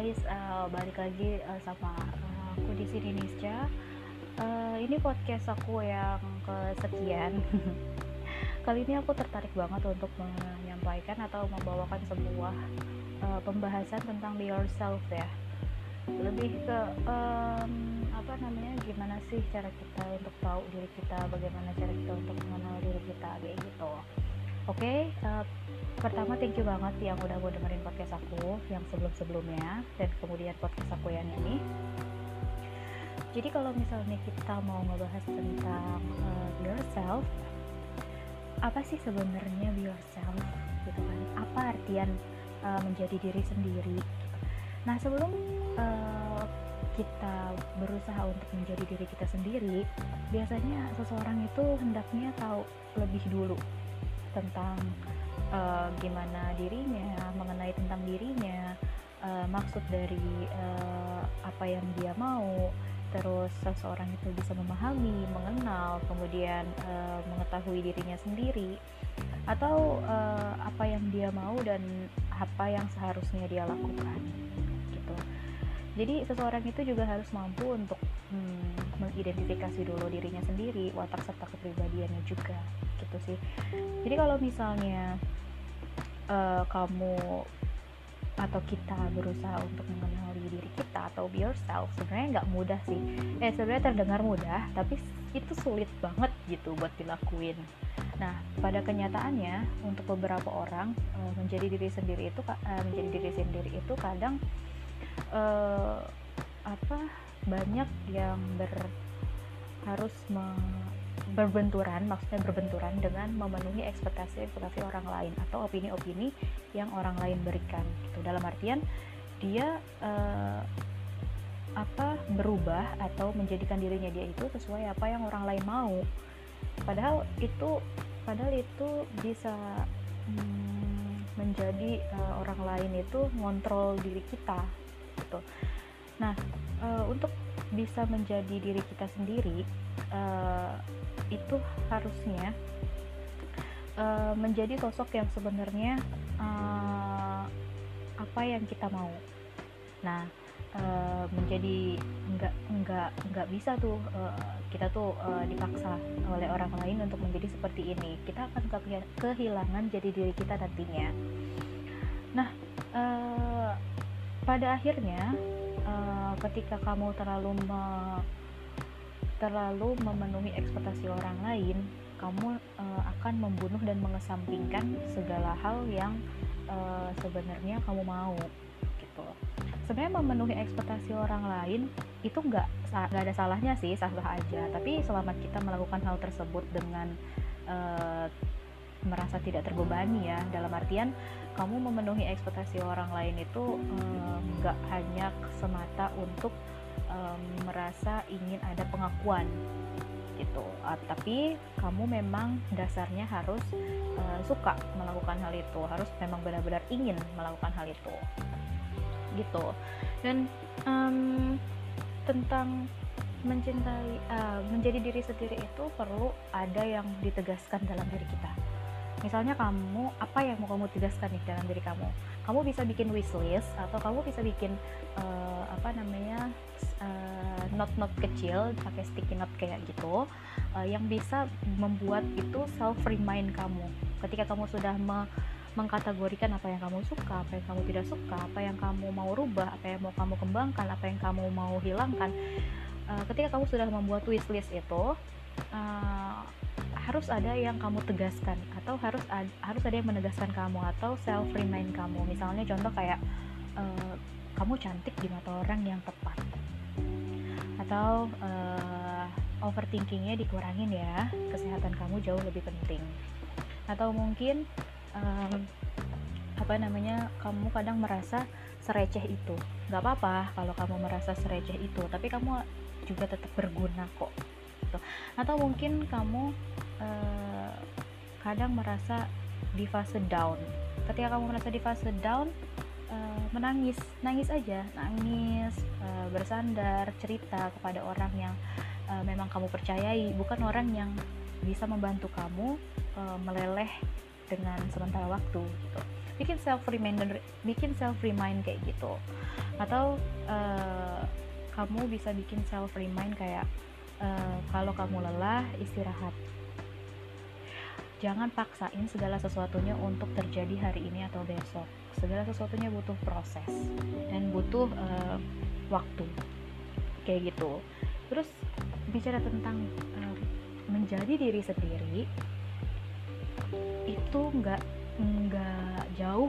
guys, balik lagi sama aku di sini Nisca. Ini podcast aku yang kesekian. Kali ini aku tertarik banget untuk menyampaikan atau membawakan sebuah pembahasan tentang be yourself ya. Lebih ke gimana sih cara kita untuk tahu diri kita, bagaimana cara kita untuk mengenal diri kita, kayak gitu. Oke, pertama thank you banget yang udah mau dengerin podcast aku yang sebelum-sebelumnya dan kemudian podcast aku yang ini. Jadi kalau misalnya kita mau ngebahas tentang be yourself, apa sih sebenarnya be yourself gitu kan? Apa artian menjadi diri sendiri? Nah, sebelum kita berusaha untuk menjadi diri kita sendiri, biasanya seseorang itu hendaknya tahu lebih dulu tentang gimana dirinya, mengenai tentang dirinya, maksud dari apa yang dia mau, terus seseorang itu bisa memahami, mengenal, kemudian mengetahui dirinya sendiri, atau apa yang dia mau dan apa yang seharusnya dia lakukan gitu. Jadi seseorang itu juga harus mampu untuk mengidentifikasi dulu dirinya sendiri, watak serta kepribadiannya juga gitu sih. Jadi kalau misalnya kamu atau kita berusaha untuk mengenali diri kita atau be yourself, sebenarnya nggak mudah sih. Sebenarnya terdengar mudah, tapi itu sulit banget gitu buat dilakuin. Nah, pada kenyataannya untuk beberapa orang menjadi diri sendiri itu kadang banyak yang berbenturan dengan memenuhi ekspektasi orang lain atau opini-opini yang orang lain berikan gitu. Dalam artian dia berubah atau menjadikan dirinya dia itu sesuai apa yang orang lain mau. Padahal itu bisa menjadi orang lain itu ngontrol diri kita gitu. Nah, untuk bisa menjadi diri kita sendiri, itu harusnya menjadi sosok yang sebenarnya apa yang kita mau. Nah, menjadi nggak bisa tuh kita tuh dipaksa oleh orang lain untuk menjadi seperti ini. Kita akan kehilangan jadi diri kita nantinya. Nah, pada akhirnya ketika kamu terlalu memenuhi ekspektasi orang lain, kamu akan membunuh dan mengesampingkan segala hal yang sebenarnya kamu mau gitu. Sebenarnya memenuhi ekspektasi orang lain itu nggak ada salahnya sih, sah-sah aja. Tapi selama kita melakukan hal tersebut dengan merasa tidak terbebani ya, dalam artian kamu memenuhi ekspektasi orang lain itu nggak hanya semata untuk merasa ingin ada pengakuan gitu, tapi kamu memang dasarnya harus suka melakukan hal itu, harus memang benar-benar ingin melakukan hal itu gitu. Dan tentang menjadi diri sendiri itu perlu ada yang ditegaskan dalam diri kita. Misalnya kamu, apa yang mau kamu tegaskan nih dalam diri kamu? Kamu bisa bikin wishlist atau kamu bisa bikin note-note kecil pakai sticky note kayak gitu, yang bisa membuat itu self remind kamu. Ketika kamu sudah mengkategorikan apa yang kamu suka, apa yang kamu tidak suka, apa yang kamu mau rubah, apa yang mau kamu kembangkan, apa yang kamu mau hilangkan, ketika kamu sudah membuat wishlist itu, harus ada yang kamu tegaskan atau harus ada yang menegaskan kamu atau self remind kamu. Misalnya contoh kayak kamu cantik di mata orang yang tepat, atau overthinkingnya dikurangin ya, kesehatan kamu jauh lebih penting. Atau mungkin kamu kadang merasa sereceh itu. Gak apa-apa kalau kamu merasa sereceh itu, tapi kamu juga tetap berguna kok gitu. Atau mungkin kamu kadang merasa di fase down. Ketika kamu merasa di fase down, nangis aja, bersandar, cerita kepada orang yang memang kamu percayai, bukan orang yang bisa membantu kamu meleleh dengan sementara waktu gitu. Bikin self remind kayak gitu. Atau kamu bisa bikin self remind kayak kalau kamu lelah, istirahat. Jangan paksain segala sesuatunya untuk terjadi hari ini atau besok. Segala sesuatunya butuh proses dan butuh waktu, kayak gitu. Terus bicara tentang menjadi diri sendiri, itu nggak jauh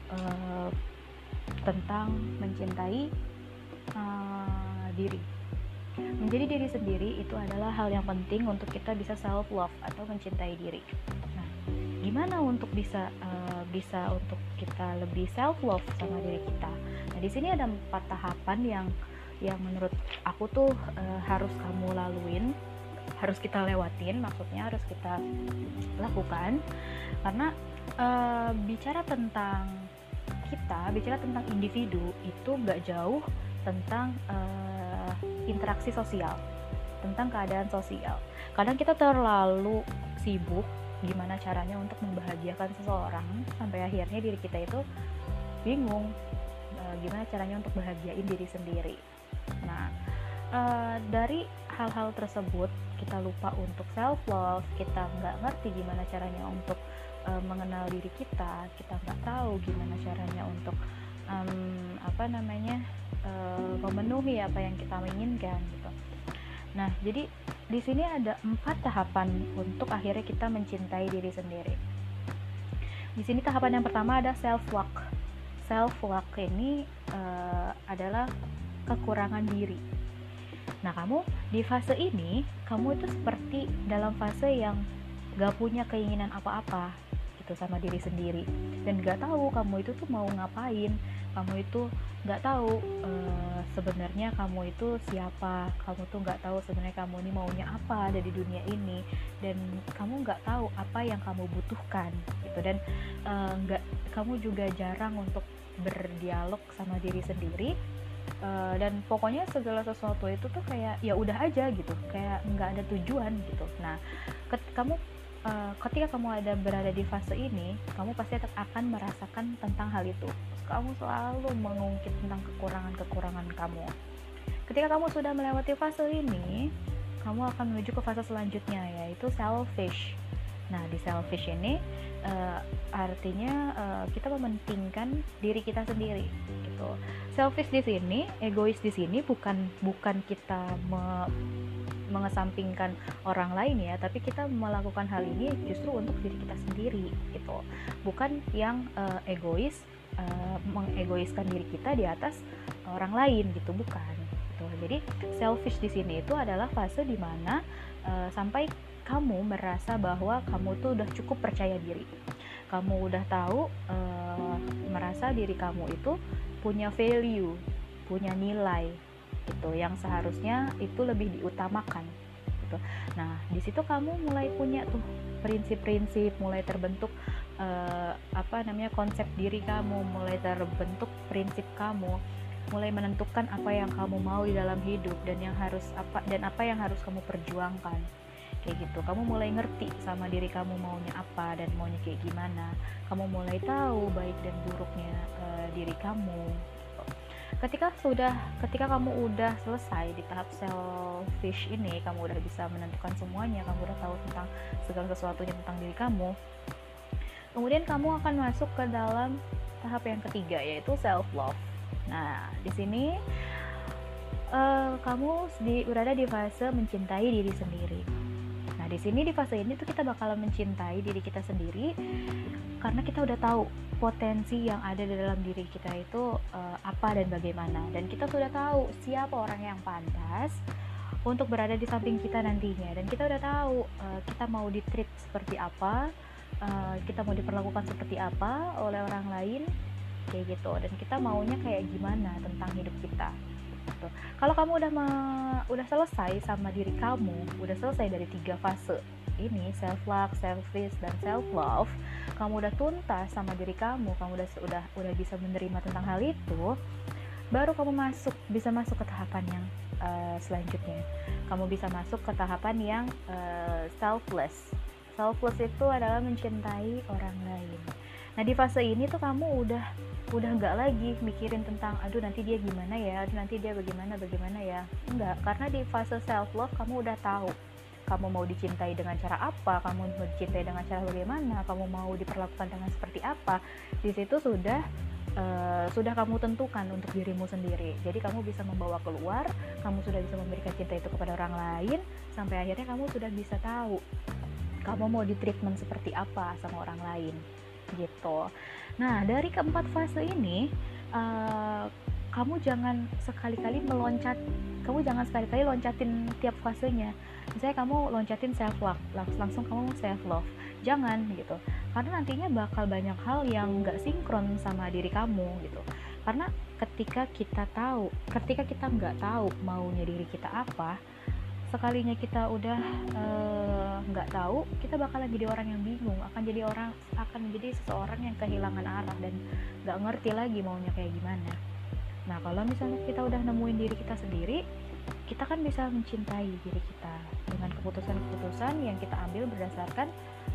tentang mencintai diri. Menjadi diri sendiri itu adalah hal yang penting untuk kita bisa self love atau mencintai diri. Nah, gimana untuk bisa untuk kita lebih self love sama diri kita? Nah, di sini ada 4 tahapan yang menurut aku tuh harus kamu laluin, harus kita lewatin, maksudnya harus kita lakukan, karena bicara tentang individu itu nggak jauh tentang interaksi sosial, tentang keadaan sosial. Kadang kita terlalu sibuk gimana caranya untuk membahagiakan seseorang sampai akhirnya diri kita itu bingung gimana caranya untuk bahagiain diri sendiri. Nah, dari hal-hal tersebut kita lupa untuk self love, kita nggak ngerti gimana caranya untuk mengenal diri kita nggak tahu gimana caranya untuk memenuhi apa yang kita inginkan gitu. Nah, jadi di sini ada 4 tahapan untuk akhirnya kita mencintai diri sendiri. Di sini tahapan yang pertama ada self work. Self work ini adalah kekurangan diri. Nah, kamu di fase ini, kamu itu seperti dalam fase yang gak punya keinginan apa-apa gitu sama diri sendiri, dan gak tahu kamu itu tuh mau ngapain, kamu itu gak tahu sebenarnya kamu itu siapa, kamu tuh gak tahu sebenarnya kamu ini maunya apa dari dunia ini, dan kamu gak tahu apa yang kamu butuhkan gitu, dan kamu juga jarang untuk berdialog sama diri sendiri. Dan pokoknya segala sesuatu itu tuh kayak ya udah aja gitu, kayak nggak ada tujuan gitu. Nah, ketika kamu berada di fase ini, kamu pasti akan merasakan tentang hal itu. Kamu selalu mengungkit tentang kekurangan kamu. Ketika kamu sudah melewati fase ini, kamu akan menuju ke fase selanjutnya, yaitu selfish. Nah, di selfish ini artinya kita mementingkan diri kita sendiri gitu. Selfish di sini, egois di sini bukan kita mengesampingkan orang lain ya, tapi kita melakukan hal ini justru untuk diri kita sendiri gitu. Bukan yang egois, mengegoiskan diri kita di atas orang lain gitu, bukan gitu. Jadi selfish di sini itu adalah fase dimana sampai kamu merasa bahwa kamu tuh udah cukup percaya diri, kamu udah tahu merasa diri kamu itu punya value, punya nilai gitu, yang seharusnya itu lebih diutamakan gitu. Nah, di situ kamu mulai punya tuh prinsip-prinsip, mulai terbentuk konsep diri kamu, mulai terbentuk prinsip kamu, mulai menentukan apa yang kamu mau di dalam hidup dan apa yang harus kamu perjuangkan. Kayak gitu, kamu mulai ngerti sama diri kamu maunya apa dan maunya kayak gimana. Kamu mulai tahu baik dan buruknya diri kamu. Ketika kamu udah selesai di tahap selfish ini, kamu udah bisa menentukan semuanya, kamu udah tahu tentang segala sesuatunya tentang diri kamu. Kemudian kamu akan masuk ke dalam tahap yang ketiga, yaitu self love. Nah, di sini kamu berada di fase mencintai diri sendiri. Nah, di sini di fase ini tuh kita bakalan mencintai diri kita sendiri karena kita udah tahu potensi yang ada di dalam diri kita itu apa dan bagaimana, dan kita sudah tahu siapa orang yang pantas untuk berada di samping kita nantinya, dan kita udah tahu kita mau di-treat seperti apa, kita mau diperlakukan seperti apa oleh orang lain kayak gitu, dan kita maunya kayak gimana tentang hidup kita. Gitu. Kalau kamu udah selesai sama diri kamu, udah selesai dari 3 fase ini, self love, selfish, dan self love, kamu udah tuntas sama diri kamu udah bisa menerima tentang hal itu, baru kamu bisa masuk ke tahapan yang selanjutnya. Kamu bisa masuk ke tahapan yang selfless. Selfless itu adalah mencintai orang lain. Nah di fase ini tuh kamu udah nggak lagi mikirin tentang aduh nanti dia gimana ya, aduh nanti dia bagaimana ya, enggak, karena di fase self love kamu udah tahu kamu mau dicintai dengan cara apa, kamu mau dicintai dengan cara bagaimana, kamu mau diperlakukan dengan seperti apa. Di situ sudah kamu tentukan untuk dirimu sendiri. Jadi kamu bisa membawa keluar, kamu sudah bisa memberikan cinta itu kepada orang lain, sampai akhirnya kamu sudah bisa tahu kamu mau di treatment seperti apa sama orang lain gitu. Nah dari keempat fase ini kamu jangan sekali-kali loncatin tiap fasenya. Misalnya kamu loncatin self love, langsung kamu self love, jangan gitu, karena nantinya bakal banyak hal yang nggak sinkron sama diri kamu gitu. Karena ketika kita nggak tahu maunya diri kita apa, sekalinya kita udah nggak tahu, kita bakalan jadi orang yang bingung, akan jadi seseorang yang kehilangan arah dan nggak ngerti lagi maunya kayak gimana. Nah kalau misalnya kita udah nemuin diri kita sendiri, kita kan bisa mencintai diri kita dengan keputusan-keputusan yang kita ambil berdasarkan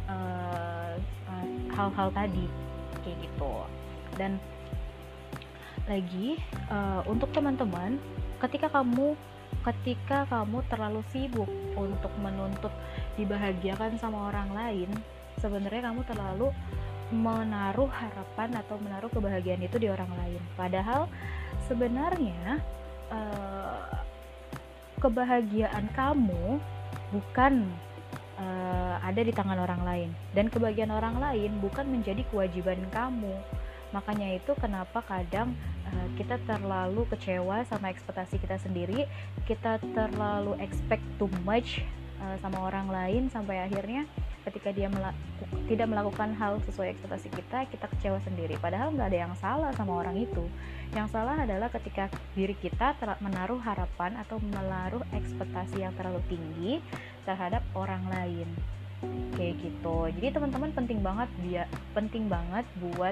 hal-hal tadi kayak gitu. Dan lagi untuk teman-teman, ketika kamu terlalu sibuk untuk menuntut dibahagiakan sama orang lain, sebenarnya kamu terlalu menaruh harapan atau menaruh kebahagiaan itu di orang lain. Padahal sebenarnya kebahagiaan kamu bukan ada di tangan orang lain, dan kebahagiaan orang lain bukan menjadi kewajiban kamu. Makanya itu kenapa kadang kita terlalu kecewa sama ekspektasi kita sendiri, kita terlalu expect too much sama orang lain, sampai akhirnya ketika dia tidak melakukan hal sesuai ekspektasi kita kecewa sendiri. Padahal nggak ada yang salah sama orang itu. Yang salah adalah ketika diri kita menaruh harapan atau menaruh ekspektasi yang terlalu tinggi terhadap orang lain kayak gitu. Jadi teman-teman penting banget buat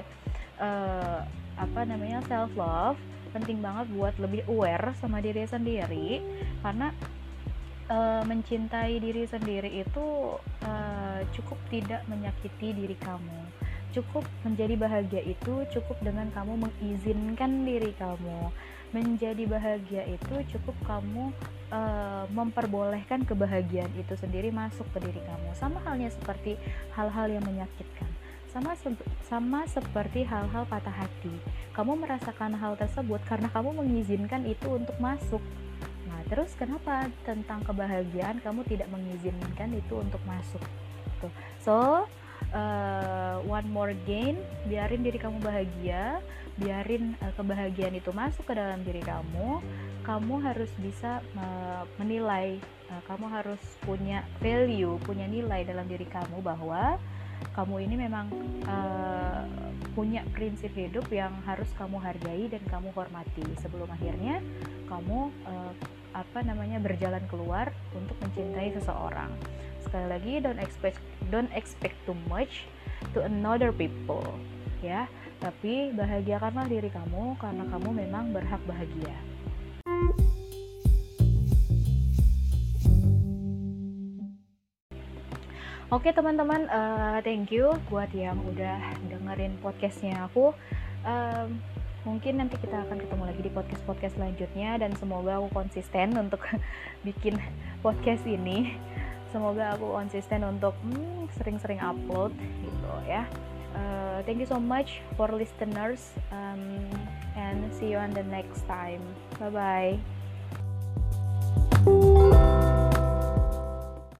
self love, penting banget buat lebih aware sama diri sendiri, karena mencintai diri sendiri itu cukup tidak menyakiti diri kamu, cukup menjadi bahagia itu cukup dengan kamu mengizinkan diri kamu menjadi bahagia. Itu cukup kamu memperbolehkan kebahagiaan itu sendiri masuk ke diri kamu. Sama halnya seperti hal-hal yang menyakitkan, sama seperti hal-hal patah hati, kamu merasakan hal tersebut karena kamu mengizinkan itu untuk masuk. Nah terus kenapa tentang kebahagiaan kamu tidak mengizinkan itu untuk masuk tuh? So one more again, biarin diri kamu bahagia, biarin kebahagiaan itu masuk ke dalam diri kamu. Kamu harus bisa menilai, kamu harus punya value, punya nilai dalam diri kamu bahwa kamu ini memang punya prinsip hidup yang harus kamu hargai dan kamu hormati sebelum akhirnya kamu berjalan keluar untuk mencintai seseorang. Sekali lagi, don't expect too much to another people, ya. Tapi bahagiakanlah diri kamu karena kamu memang berhak bahagia. Oke teman-teman, thank you buat yang udah dengerin podcastnya aku. Mungkin nanti kita akan ketemu lagi di podcast selanjutnya, dan semoga aku konsisten untuk bikin podcast ini. Semoga aku konsisten untuk sering-sering upload gitu ya. Thank you so much for listeners, and see you on the next time. Bye bye.